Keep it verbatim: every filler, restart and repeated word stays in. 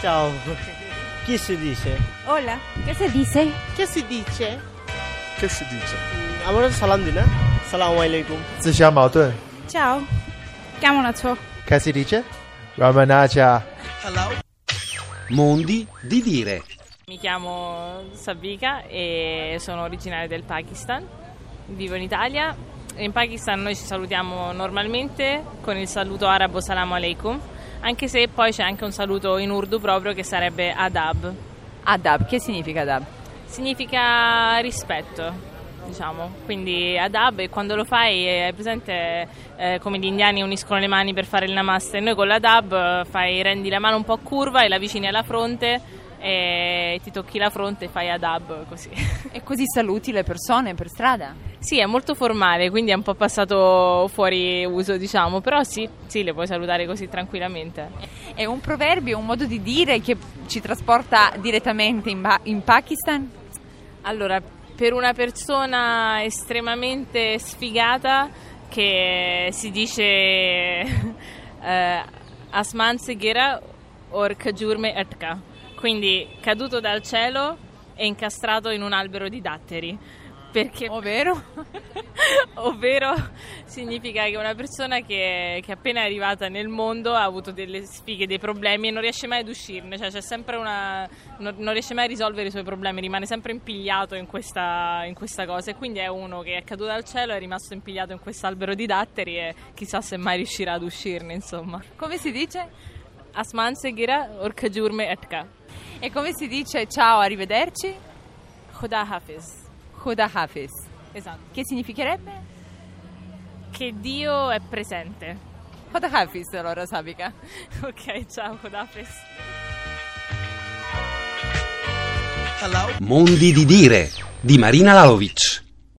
Ciao. Chi si dice? Hola. ¿Qué se dice? ¿Qué se dice? ¿Qué se dice? আমরা সালাম দিই না আসসালামু আলাইকুম 自相矛盾 Ciao. Chiamo una ciò. Che si dice? Ramanaja. Mondi di dire. Mi chiamo Sabika e sono originaria del Pakistan, vivo in Italia. In Pakistan noi ci salutiamo normalmente con il saluto arabo salam alaikum, anche se poi c'è anche un saluto in urdu proprio che sarebbe adab. Adab, che significa adab? Significa rispetto, diciamo, quindi adab, e quando lo fai è presente eh, come gli indiani uniscono le mani per fare il namaste, noi con l'adab fai, rendi la mano un po' curva e la avvicini alla fronte e ti tocchi la fronte e fai adab così. E così saluti le persone per strada? Sì, è molto formale, quindi è un po' passato fuori uso, diciamo, però sì, sì, le puoi salutare così tranquillamente. È un proverbio, un modo di dire che ci trasporta direttamente in, ba- in Pakistan? Allora, per una persona estremamente sfigata che si dice eh, Asman se gira or khajur mein atka, quindi caduto dal cielo e incastrato in un albero di datteri. Perché, ovvero? ovvero significa che una persona che, che appena è arrivata nel mondo ha avuto delle sfighe, dei problemi e non riesce mai ad uscirne, cioè c'è sempre una non, non riesce mai a risolvere i suoi problemi, rimane sempre impigliato in questa, in questa cosa, e quindi è uno che è caduto dal cielo, è rimasto impigliato in quest'albero di datteri e chissà se mai riuscirà ad uscirne, insomma. Come si dice? Asman se gira or khajur mein atka. E come si dice ciao, arrivederci? Khuda Hafiz. Khuda Hafiz. Esatto. Che significherebbe? Che Dio è presente. Khuda Hafiz, allora, Sabika. Ok, ciao, Khuda Hafiz. Mondi di dire di Marina Lalovic.